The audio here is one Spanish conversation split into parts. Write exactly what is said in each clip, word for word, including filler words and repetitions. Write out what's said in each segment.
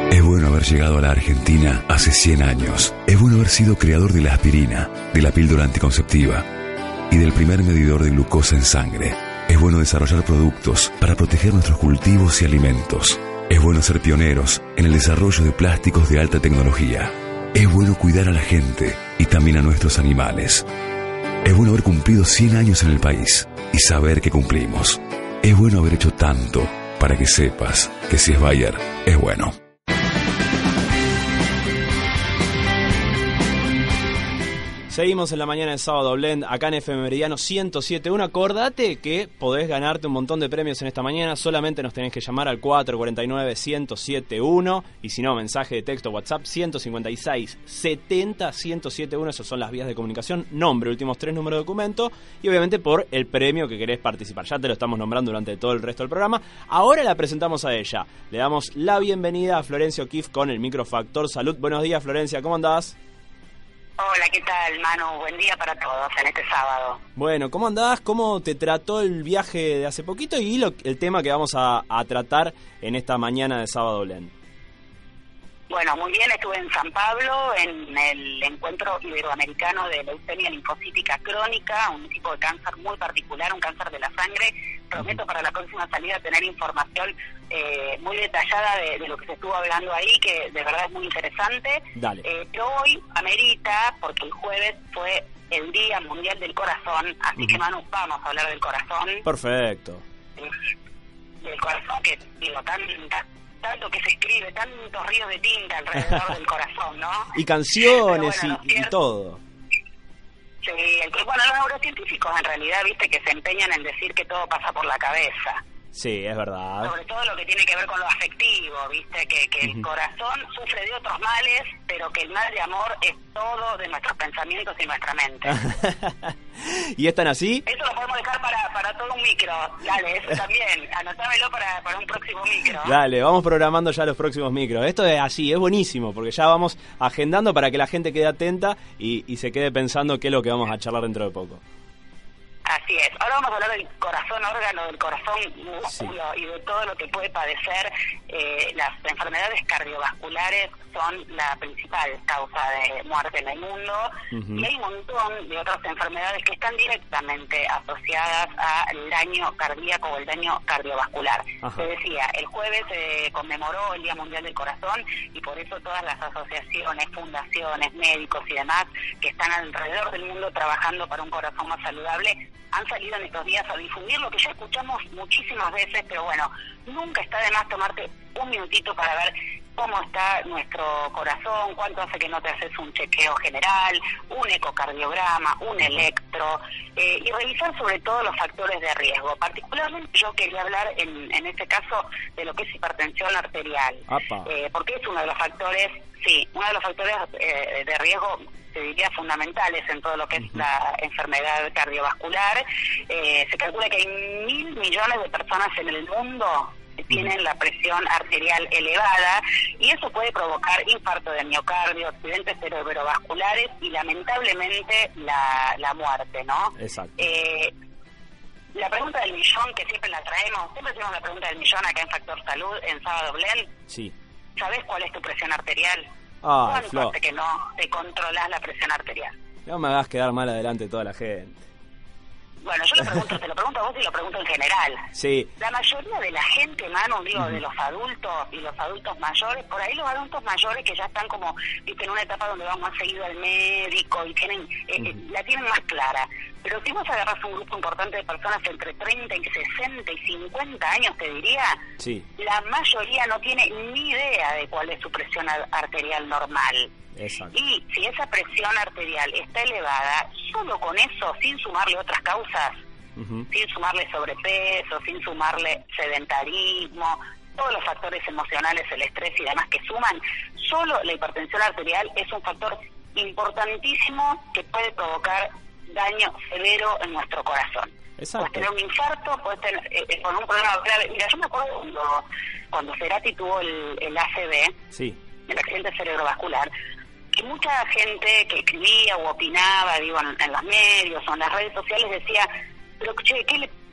Es bueno haber llegado a la Argentina hace cien años. Es bueno haber sido creador de la aspirina, de la píldora anticonceptiva y del primer medidor de glucosa en sangre. Es bueno desarrollar productos para proteger nuestros cultivos y alimentos. Es bueno ser pioneros en el desarrollo de plásticos de alta tecnología. Es bueno cuidar a la gente y también a nuestros animales. Es bueno haber cumplido cien años en el país y saber que cumplimos. Es bueno haber hecho tanto para que sepas que si es Bayer, es bueno. Seguimos en la mañana de Sábado Blend, acá en F M Meridiano ciento siete punto uno. Acordate que podés ganarte un montón de premios en esta mañana. Solamente nos tenés que llamar al cuatro cuatro nueve, uno cero siete uno. Y si no, mensaje de texto WhatsApp ciento cincuenta y seis, setenta, ciento siete punto uno. Esas son las vías de comunicación. Nombre, últimos tres números de documento. Y obviamente por el premio que querés participar. Ya te lo estamos nombrando durante todo el resto del programa. Ahora la presentamos a ella. Le damos la bienvenida a Florencia O'Keeffe con el Microfactor Salud. Buenos días, Florencia, ¿cómo andás? Hola, ¿qué tal, Manu? Buen día para todos en este sábado. Bueno, ¿cómo andás? ¿Cómo te trató el viaje de hace poquito y lo, el tema que vamos a, a tratar en esta mañana de Sábado Blend? Bueno, muy bien, estuve en San Pablo en el encuentro iberoamericano de leucemia linfocítica crónica, un tipo de cáncer muy particular, un cáncer de la sangre. Prometo para la próxima salida tener información eh, muy detallada de, de lo que se estuvo hablando ahí, que de verdad es muy interesante. Dale. Eh, pero hoy amerita, porque el jueves fue el Día Mundial del Corazón, así uh-huh. que Manu, vamos a hablar del corazón. Perfecto. Eh, del corazón que, digo, tan... tanto que se escribe, tantos ríos de tinta alrededor del corazón, ¿no? Y canciones bueno, y, y todo. Sí, el, bueno, los neurocientíficos en realidad, viste, que se empeñan en decir que todo pasa por la cabeza. Sí, es verdad. Sobre todo lo que tiene que ver con lo afectivo, viste, que, que uh-huh. el corazón sufre de otros males, pero que el mal de amor es todo de nuestros pensamientos y nuestra mente. ¿Y están así? Eso lo podemos dejar para, para todo un micro. Dale, eso también. Anotámelo para, para un próximo micro. Dale, vamos programando ya los próximos micros. Esto es así, es buenísimo, porque ya vamos agendando para que la gente quede atenta y, y se quede pensando qué es lo que vamos a charlar dentro de poco. Así es. Ahora vamos a hablar del corazón, órgano del corazón, músculo, sí. y de todo lo que puede padecer. Eh, las enfermedades cardiovasculares son la principal causa de muerte en el mundo, uh-huh. y hay un montón de otras enfermedades que están directamente asociadas al daño cardíaco o el daño cardiovascular. Ajá. Te decía, el jueves se eh, conmemoró el Día Mundial del Corazón y por eso todas las asociaciones, fundaciones, médicos y demás que están alrededor del mundo trabajando para un corazón más saludable han salido en estos días a difundir lo que ya escuchamos muchísimas veces, pero bueno, nunca está de más tomarte un minutito para ver cómo está nuestro corazón, cuánto hace que no te haces un chequeo general, un ecocardiograma, un electro, eh, y revisar sobre todo los factores de riesgo. Particularmente yo quería hablar en, en este caso de lo que es hipertensión arterial, eh, porque es uno de los factores, sí, uno de los factores eh, de riesgo, te diría, fundamentales en todo lo que es la enfermedad cardiovascular. Eh, se calcula que hay mil millones de personas en el mundo que tienen la presión arterial elevada y eso puede provocar infarto de miocardio, accidentes cerebrovasculares y lamentablemente la, la muerte, ¿no? Exacto. Eh, la pregunta del millón, que siempre la traemos, siempre hacemos la pregunta del millón acá en Factor Salud, en Sábado Blend. Sí. ¿Sabés cuál es tu presión arterial? Ah, ¿Cuánto Flo. hace que no te controlás la presión arterial? No me hagas quedar mal adelante de toda la gente. Bueno, yo lo pregunto, te lo pregunto a vos y lo pregunto en general. Sí. La mayoría de la gente, Manu, digo, uh-huh. de los adultos y los adultos mayores, por ahí los adultos mayores que ya están como, viste, en una etapa donde van más seguido al médico y tienen, eh, uh-huh. la tienen más clara. Pero si vos agarrás un grupo importante de personas entre treinta y sesenta y cincuenta años, te diría, sí. la mayoría no tiene ni idea de cuál es su presión arterial normal. Exacto. Y si esa presión arterial está elevada, solo con eso, sin sumarle otras causas, uh-huh. sin sumarle sobrepeso, sin sumarle sedentarismo, todos los factores emocionales, el estrés y demás que suman, solo la hipertensión arterial es un factor importantísimo que puede provocar daño severo en nuestro corazón. Exacto. Puedes tener un infarto, puedes tener eh, con un problema grave. Mira, yo me acuerdo cuando, cuando Cerati tuvo el, el A C V, sí. el accidente cerebrovascular, que mucha gente que escribía o opinaba, digo, en, en los medios o en las redes sociales decía, pero che, ¿qué le,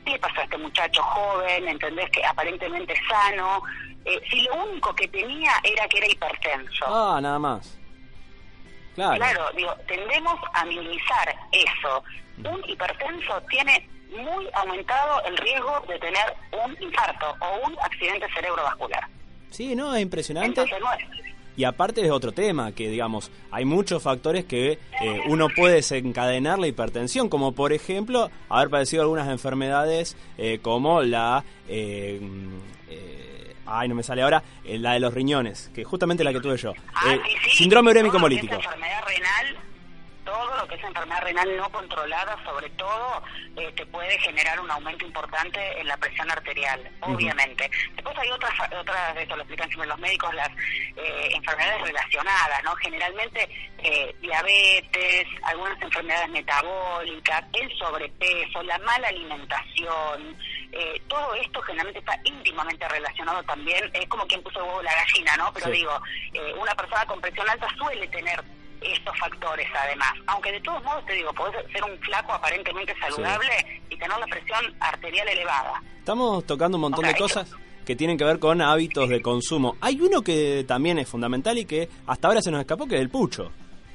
¿qué le pasó a este muchacho joven, entendés, que aparentemente sano? Eh, si lo único que tenía era que era hipertenso. Ah, nada más. Claro. Claro, digo, tendemos a minimizar eso. Un hipertenso tiene muy aumentado el riesgo de tener un infarto o un accidente cerebrovascular. Sí, no, es impresionante. Entonces, no es... Y aparte es otro tema, que digamos, hay muchos factores que eh, uno puede desencadenar la hipertensión, como por ejemplo, haber padecido algunas enfermedades eh, como la... Eh, eh, ay, no me sale ahora, eh, la de los riñones, que justamente la que tuve yo. Ah, eh, sí, sí. Síndrome urémico Todo lo que hemolítico. es enfermedad renal, todo lo que es enfermedad renal no controlada, sobre todo, eh, te puede generar un aumento importante en la presión arterial, obviamente. Uh-huh. Después hay otras, otras de eso lo explican siempre los médicos, las eh, enfermedades relacionadas, ¿no? Generalmente eh, diabetes, algunas enfermedades metabólicas, el sobrepeso, la mala alimentación, eh, todo esto generalmente está íntimamente relacionado también, es como quien puso el huevo la gallina, ¿no? Pero sí. digo, eh, una persona con presión alta suele tener estos factores además, aunque de todos modos te digo, podés ser un flaco aparentemente saludable sí. y tener la presión arterial elevada. Estamos tocando un montón okay. de cosas que tienen que ver con hábitos de consumo. Hay uno que también es fundamental y que hasta ahora se nos escapó, que es el pucho.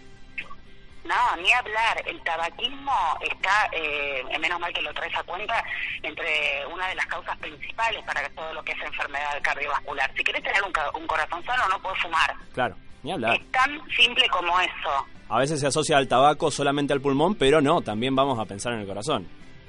No, ni hablar, el tabaquismo está, eh, menos mal que lo traes a cuenta, entre una de las causas principales para todo lo que es enfermedad cardiovascular. Si querés tener un, un corazón sano, no podés fumar. Claro. Ni hablar. Es tan simple como eso. A veces se asocia al tabaco solamente al pulmón, pero no, también vamos a pensar en el corazón.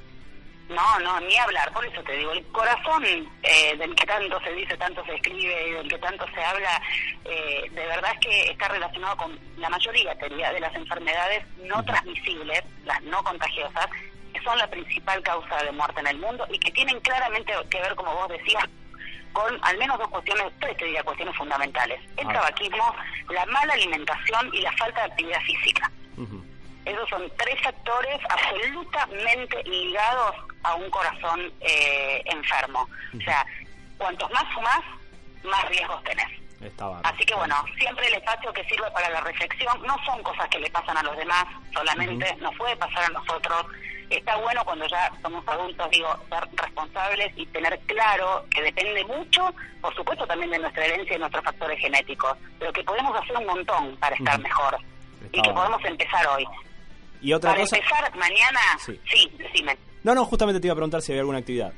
No, no, ni hablar. Por eso te digo, el corazón, eh, del que tanto se dice, tanto se escribe y del que tanto se habla, eh, de verdad es que está relacionado con la mayoría de las enfermedades no uh-huh. transmisibles, las no contagiosas, que son la principal causa de muerte en el mundo y que tienen claramente que ver, como vos decías, con al menos dos cuestiones, tres te diría cuestiones fundamentales. El ah. tabaquismo, la mala alimentación y la falta de actividad física. Uh-huh. Esos son tres factores absolutamente ligados a un corazón eh, enfermo. Uh-huh. O sea, cuantos más fumás, más riesgos tenés. Está Así que bueno, siempre el espacio que sirve para la reflexión no son cosas que le pasan a los demás solamente, uh-huh. nos puede pasar a nosotros. Está bueno cuando ya somos adultos, digo, ser responsables y tener claro que depende mucho, por supuesto también de nuestra herencia y nuestros factores genéticos, pero que podemos hacer un montón para estar uh-huh. mejor Está y que bueno. podemos empezar hoy. ¿Y otra para cosa? empezar mañana, sí. sí, decime. No, no, justamente te iba a preguntar si había alguna actividad.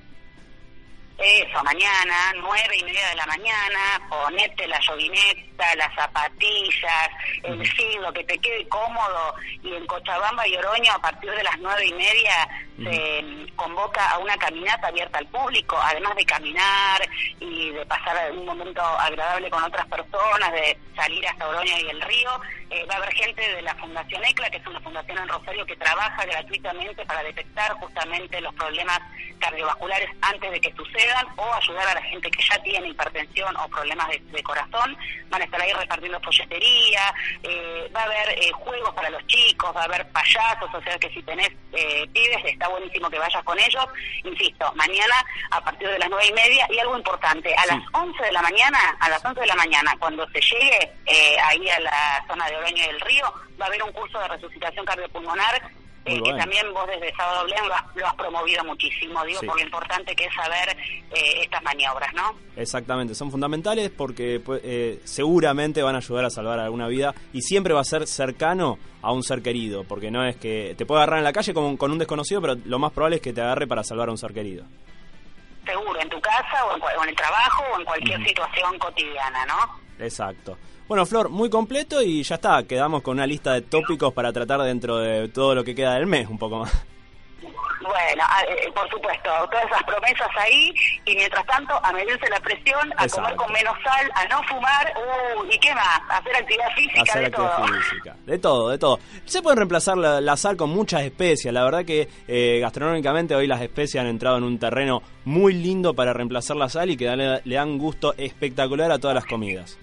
Eso, mañana, nueve y media de la mañana, ponete la yoguineta, las zapatillas, el uh-huh. siglo, que te quede cómodo, y en Cochabamba y Oroño a partir de las nueve y media uh-huh. se convoca a una caminata abierta al público, además de caminar y de pasar un momento agradable con otras personas, de salir hasta Oroño y el río. Eh, va a haber gente de la Fundación ECLA, que es una fundación en Rosario que trabaja gratuitamente para detectar justamente los problemas cardiovasculares antes de que sucedan, o ayudar a la gente que ya tiene hipertensión o problemas de, de corazón. Van a estar ahí repartiendo folletería, eh, va a haber eh, juegos para los chicos, va a haber payasos, o sea que si tenés eh, pibes está buenísimo que vayas con ellos. Insisto, mañana a partir de las nueve y media, y algo importante, a sí. las once de la mañana, a las once de la mañana, cuando se llegue eh, ahí a la zona de Oroño y del Río, va a haber un curso de resucitación cardiopulmonar. Eh, bueno. Que también vos desde Sábado Blen lo has, lo has promovido muchísimo, digo, sí. por lo importante que es saber eh, estas maniobras, ¿no? Exactamente, son fundamentales porque eh, seguramente van a ayudar a salvar alguna vida, y siempre va a ser cercano a un ser querido, porque no es que te puede agarrar en la calle con, con un desconocido, pero lo más probable es que te agarre para salvar a un ser querido. Seguro, en tu casa o en, o en el trabajo o en cualquier uh-huh. situación cotidiana, ¿no? Exacto. Bueno, Flor, muy completo y ya está, quedamos con una lista de tópicos para tratar dentro de todo lo que queda del mes, un poco más. Bueno, eh, por supuesto, todas esas promesas ahí, y mientras tanto a medirse la presión, a Exacto. comer con menos sal, a no fumar, uh, ¿y qué más? Hacer actividad física, hacer de actividad todo. Física. De todo, de todo. Se puede reemplazar la, la sal con muchas especias, la verdad que eh, gastronómicamente hoy las especias han entrado en un terreno muy lindo para reemplazar la sal y que le, le dan gusto espectacular a todas las comidas.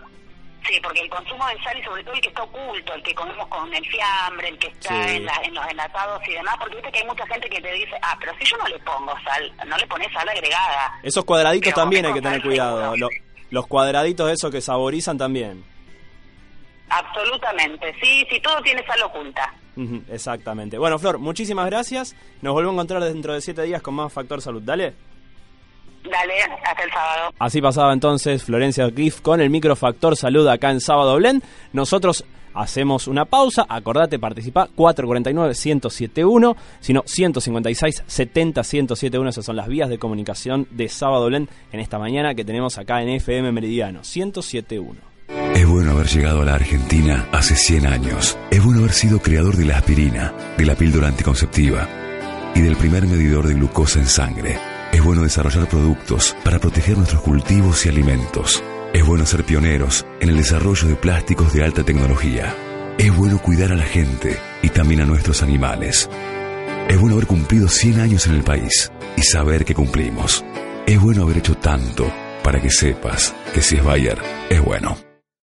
Sí, porque el consumo de sal, y sobre todo el que está oculto, el que comemos con el fiambre, el que está sí. en, la, en los enlatados y demás, porque viste que hay mucha gente que te dice, ah, pero si yo no le pongo sal, no le pones sal agregada. Esos cuadraditos pero también hay que tener cuidado, Lo, los cuadraditos esos que saborizan también. Absolutamente, sí, sí, todo tiene sal oculta. Uh-huh, exactamente. Bueno, Flor, muchísimas gracias. Nos volvemos a encontrar dentro de siete días con más Factor Salud. Dale. Dale, hasta el sábado. Así pasaba entonces Florencia Cliff con el microfactor Salud acá en Sábado Blend. Nosotros hacemos una pausa. Acordate, participa cuatro cuatro nueve, uno cero siete uno, sino ciento cincuenta y seis, setenta, ciento setenta y uno. Esas son las vías de comunicación de Sábado Blend en esta mañana que tenemos acá en F M Meridiano ciento siete punto uno. Es bueno haber llegado a la Argentina hace cien años. Es bueno haber sido creador de la aspirina, de la píldora anticonceptiva y del primer medidor de glucosa en sangre. Es bueno desarrollar productos para proteger nuestros cultivos y alimentos. Es bueno ser pioneros en el desarrollo de plásticos de alta tecnología. Es bueno cuidar a la gente y también a nuestros animales. Es bueno haber cumplido cien años en el país y saber que cumplimos. Es bueno haber hecho tanto para que sepas que si es Bayer, es bueno.